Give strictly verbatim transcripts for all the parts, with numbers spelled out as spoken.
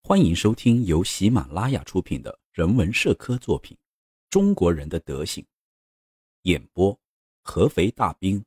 欢迎收听由喜马拉雅出品的人文社科作品《中国人的德行》，演播合肥大兵。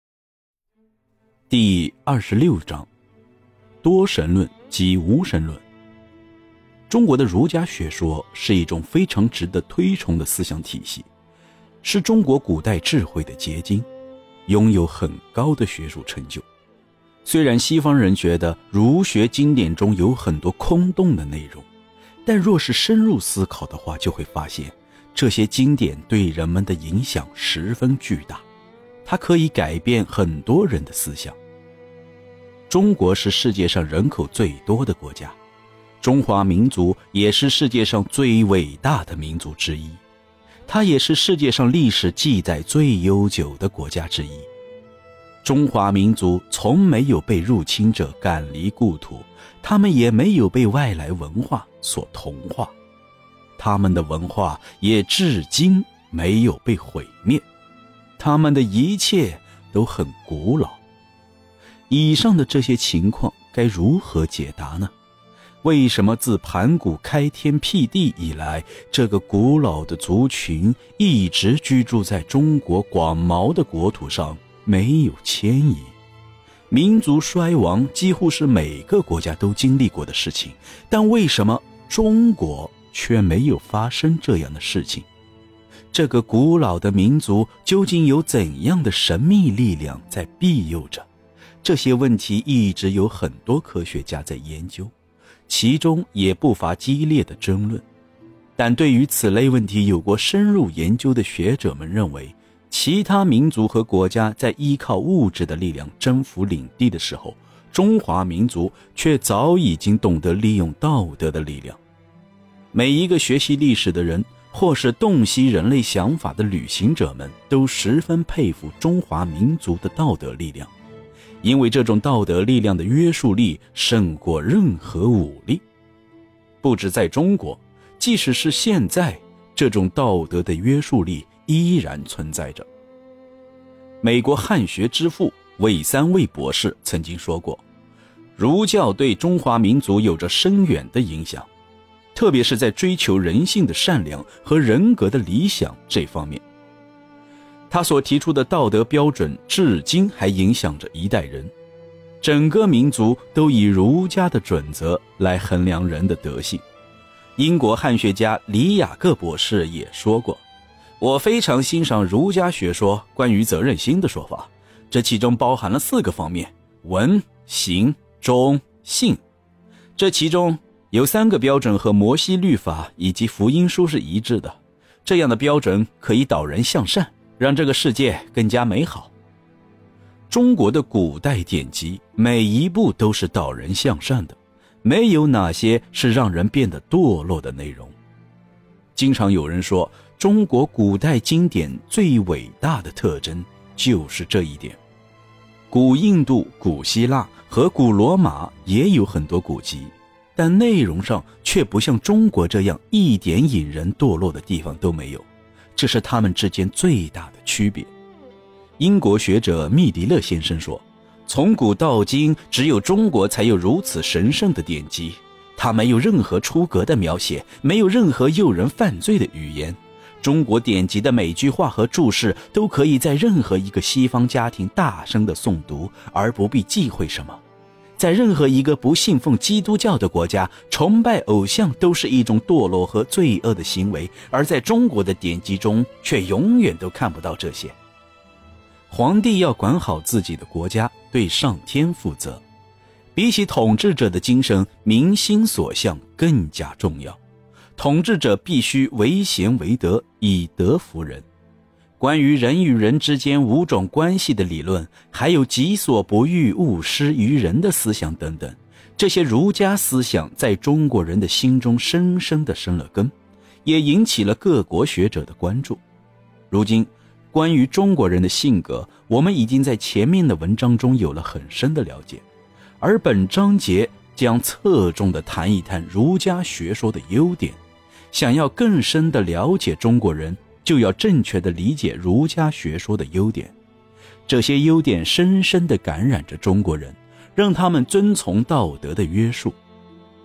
第二十六章，多神论及无神论。中国的儒家学说是一种非常值得推崇的思想体系，是中国古代智慧的结晶，拥有很高的学术成就。虽然西方人觉得儒学经典中有很多空洞的内容，但若是深入思考的话，就会发现这些经典对人们的影响十分巨大，它可以改变很多人的思想。中国是世界上人口最多的国家，中华民族也是世界上最伟大的民族之一，它也是世界上历史记载最悠久的国家之一。中华民族从没有被入侵者赶离故土，他们也没有被外来文化所同化，他们的文化也至今没有被毁灭，他们的一切都很古老。以上的这些情况该如何解答呢？为什么自盘古开天辟地以来，这个古老的族群一直居住在中国广袤的国土上，没有迁移？民族衰亡几乎是每个国家都经历过的事情，但为什么中国却没有发生这样的事情？这个古老的民族究竟有怎样的神秘力量在庇佑着？这些问题一直有很多科学家在研究，其中也不乏激烈的争论。但对于此类问题有过深入研究的学者们认为，其他民族和国家在依靠物质的力量征服领地的时候，中华民族却早已经懂得利用道德的力量。每一个学习历史的人，或是洞悉人类想法的旅行者们，都十分佩服中华民族的道德力量，因为这种道德力量的约束力胜过任何武力。不止在中国，即使是现在，这种道德的约束力依然存在着。美国汉学之父韦三卫博士曾经说过，儒教对中华民族有着深远的影响，特别是在追求人性的善良和人格的理想这方面。他所提出的道德标准至今还影响着一代人，整个民族都以儒家的准则来衡量人的德性。英国汉学家李雅各博士也说过，我非常欣赏儒家学说关于责任心的说法，这其中包含了四个方面：文、刑、忠、信。这其中有三个标准和摩西律法以及福音书是一致的，这样的标准可以导人向善，让这个世界更加美好。中国的古代典籍每一部都是导人向善的，没有哪些是让人变得堕落的内容。经常有人说，中国古代经典最伟大的特征就是这一点。古印度、古希腊和古罗马也有很多古籍，但内容上却不像中国这样一点引人堕落的地方都没有，这是他们之间最大的区别。英国学者密迪勒先生说，从古到今只有中国才有如此神圣的典籍，它没有任何出格的描写，没有任何诱人犯罪的语言。中国典籍的每句话和注释都可以在任何一个西方家庭大声地诵读，而不必忌讳什么。在任何一个不信奉基督教的国家，崇拜偶像都是一种堕落和罪恶的行为，而在中国的典籍中却永远都看不到这些。皇帝要管好自己的国家，对上天负责，比起统治者的精神，民心所向更加重要。统治者必须为贤为德，以德服人。关于人与人之间五种关系的理论，还有己所不欲，勿施于人的思想等等，这些儒家思想在中国人的心中深深地生了根，也引起了各国学者的关注。如今关于中国人的性格，我们已经在前面的文章中有了很深的了解，而本章节将侧重地谈一谈儒家学说的优点。想要更深地了解中国人，就要正确地理解儒家学说的优点。这些优点深深地感染着中国人，让他们遵从道德的约束。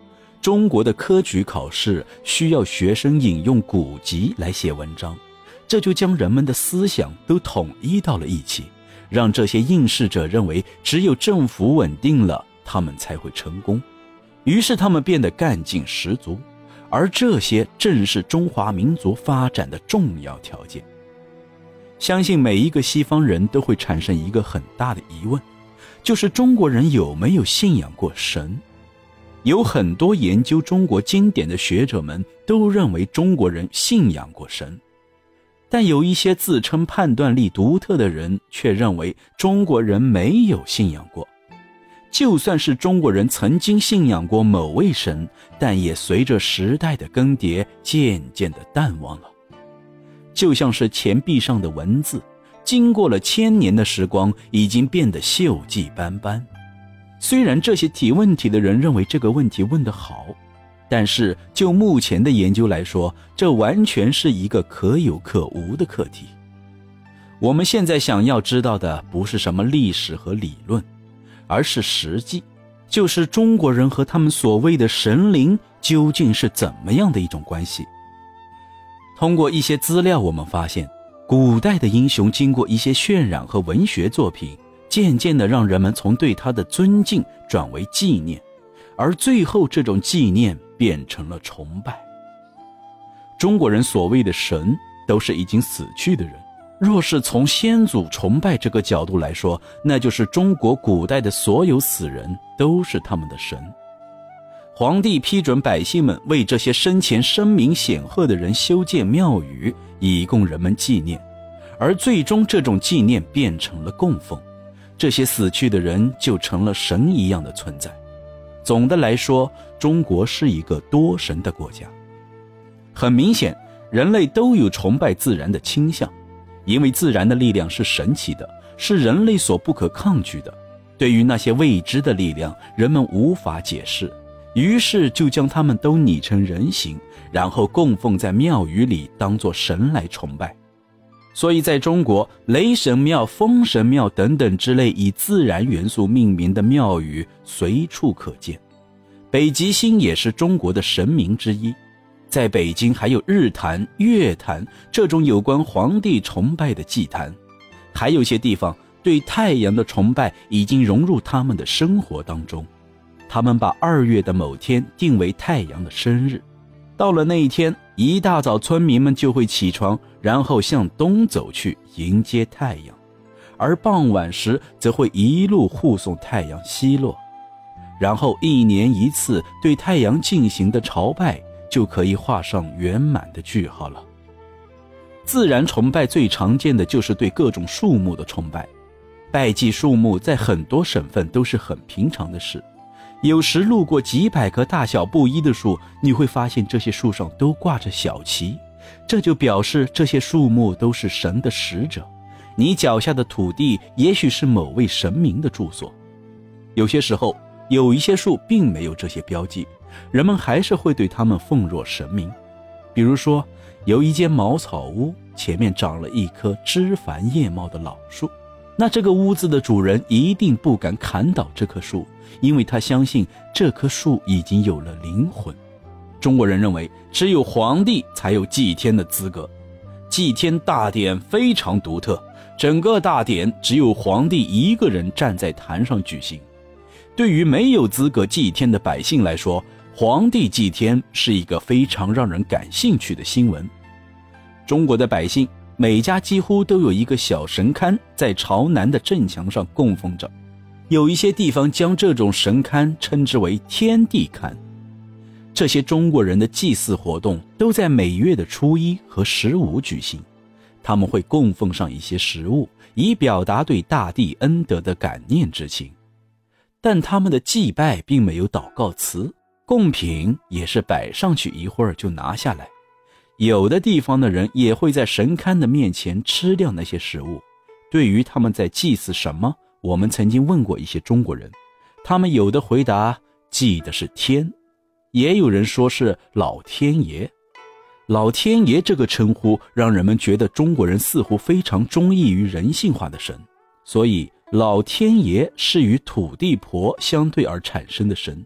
中国的科举考试需要学生引用古籍来写文章，这就将人们的思想都统一到了一起，让这些应试者认为只有政府稳定了，他们才会成功。于是他们变得干劲十足，而这些正是中华民族发展的重要条件。相信每一个西方人都会产生一个很大的疑问，就是中国人有没有信仰过神？有很多研究中国经典的学者们都认为中国人信仰过神，但有一些自称判断力独特的人却认为中国人没有信仰过。就算是中国人曾经信仰过某位神，但也随着时代的更迭渐渐地淡忘了。就像是钱币上的文字，经过了千年的时光，已经变得锈迹斑斑。虽然这些提问题的人认为这个问题问得好，但是就目前的研究来说，这完全是一个可有可无的课题。我们现在想要知道的不是什么历史和理论，而是实际，就是中国人和他们所谓的神灵究竟是怎么样的一种关系。通过一些资料，我们发现古代的英雄经过一些渲染和文学作品，渐渐地让人们从对他的尊敬转为纪念，而最后这种纪念变成了崇拜。中国人所谓的神都是已经死去的人，若是从先祖崇拜这个角度来说，那就是中国古代的所有死人都是他们的神。皇帝批准百姓们为这些生前声名显赫的人修建庙宇，以供人们纪念，而最终这种纪念变成了供奉，这些死去的人就成了神一样的存在。总的来说，中国是一个多神的国家。很明显，人类都有崇拜自然的倾向，因为自然的力量是神奇的，是人类所不可抗拒的。对于那些未知的力量，人们无法解释，于是就将他们都拟成人形，然后供奉在庙宇里，当作神来崇拜。所以在中国，雷神庙、风神庙等等之类以自然元素命名的庙宇随处可见。北极星也是中国的神明之一，在北京还有日坛、月坛这种有关皇帝崇拜的祭坛，还有些地方对太阳的崇拜已经融入他们的生活当中。他们把二月的某天定为太阳的生日，到了那一天，一大早村民们就会起床，然后向东走去迎接太阳，而傍晚时则会一路护送太阳西落，然后一年一次对太阳进行的朝拜就可以画上圆满的句号了。自然崇拜最常见的就是对各种树木的崇拜，拜祭树木在很多省份都是很平常的事。有时路过几百棵大小不一的树，你会发现这些树上都挂着小旗，这就表示这些树木都是神的使者，你脚下的土地也许是某位神明的住所。有些时候，有一些树并没有这些标记，人们还是会对它们奉若神明。比如说，有一间茅草屋，前面长了一棵枝繁叶茂的老树，那这个屋子的主人一定不敢砍倒这棵树，因为他相信这棵树已经有了灵魂。中国人认为只有皇帝才有祭天的资格，祭天大典非常独特，整个大典只有皇帝一个人站在坛上举行。对于没有资格祭天的百姓来说，皇帝祭天是一个非常让人感兴趣的新闻。中国的百姓每家几乎都有一个小神龛在朝南的正墙上供奉着，有一些地方将这种神龛称之为天地龛。这些中国人的祭祀活动都在每月的初一和十五举行，他们会供奉上一些食物，以表达对大地恩德的感念之情。但他们的祭拜并没有祷告词，贡品也是摆上去一会儿就拿下来。有的地方的人也会在神龛的面前吃掉那些食物。对于他们在祭祀什么，我们曾经问过一些中国人，他们有的回答祭的是天，也有人说是老天爷。老天爷这个称呼让人们觉得中国人似乎非常忠义于人性化的神，所以老天爷是与土地婆相对而产生的神，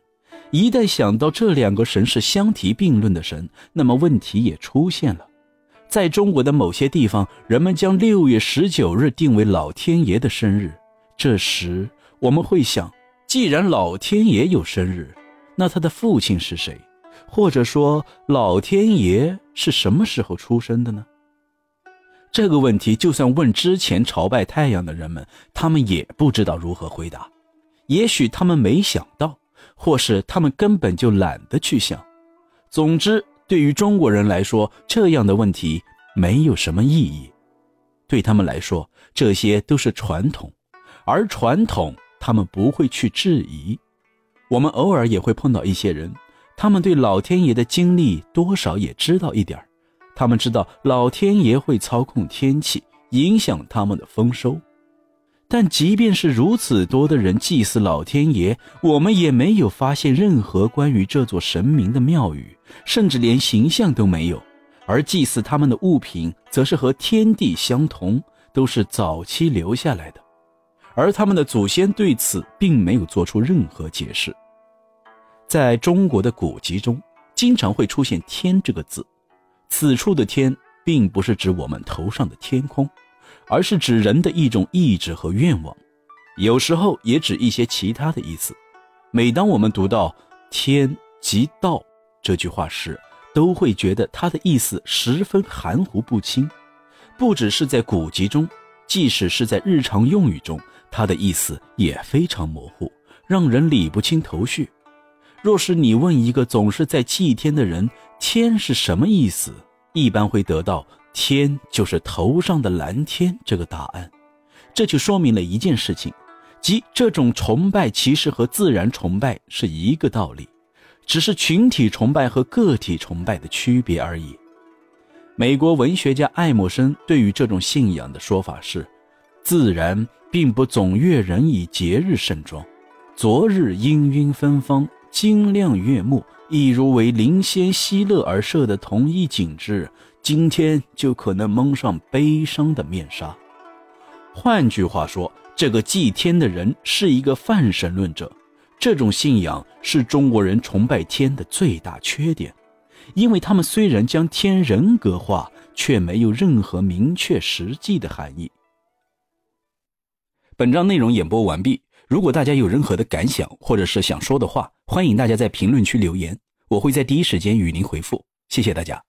一旦想到这两个神是相提并论的神，那么问题也出现了。在中国的某些地方，人们将六月十九日定为老天爷的生日。这时我们会想，既然老天爷有生日，那他的父亲是谁？或者说老天爷是什么时候出生的呢？这个问题就算问之前朝拜太阳的人们，他们也不知道如何回答。也许他们没想到，或是他们根本就懒得去想。总之，对于中国人来说，这样的问题没有什么意义。对他们来说，这些都是传统，而传统他们不会去质疑。我们偶尔也会碰到一些人，他们对老天爷的经历多少也知道一点，他们知道老天爷会操控天气，影响他们的丰收。但即便是如此多的人祭祀老天爷，我们也没有发现任何关于这座神明的庙宇，甚至连形象都没有。而祭祀他们的物品则是和天地相同，都是早期留下来的。而他们的祖先对此并没有做出任何解释。在中国的古籍中，经常会出现天这个字，此处的天并不是指我们头上的天空，而是指人的一种意志和愿望，有时候也指一些其他的意思。每当我们读到天即道这句话时，都会觉得它的意思十分含糊不清。不只是在古籍中，即使是在日常用语中，它的意思也非常模糊，让人理不清头绪。若是你问一个总是在祭天的人，天是什么意思，一般会得到天就是头上的蓝天这个答案。这就说明了一件事情，即这种崇拜其实和自然崇拜是一个道理，只是群体崇拜和个体崇拜的区别而已。美国文学家爱默生对于这种信仰的说法是，自然并不总悦人以节日盛装，昨日氤氲芬芳，今亮月暮，亦如为灵仙希乐而设的同一景致，今天就可能蒙上悲伤的面纱。换句话说，这个祭天的人是一个泛神论者。这种信仰是中国人崇拜天的最大缺点，因为他们虽然将天人格化，却没有任何明确实际的含义。本章内容演播完毕，如果大家有任何的感想或者是想说的话，欢迎大家在评论区留言，我会在第一时间与您回复。谢谢大家。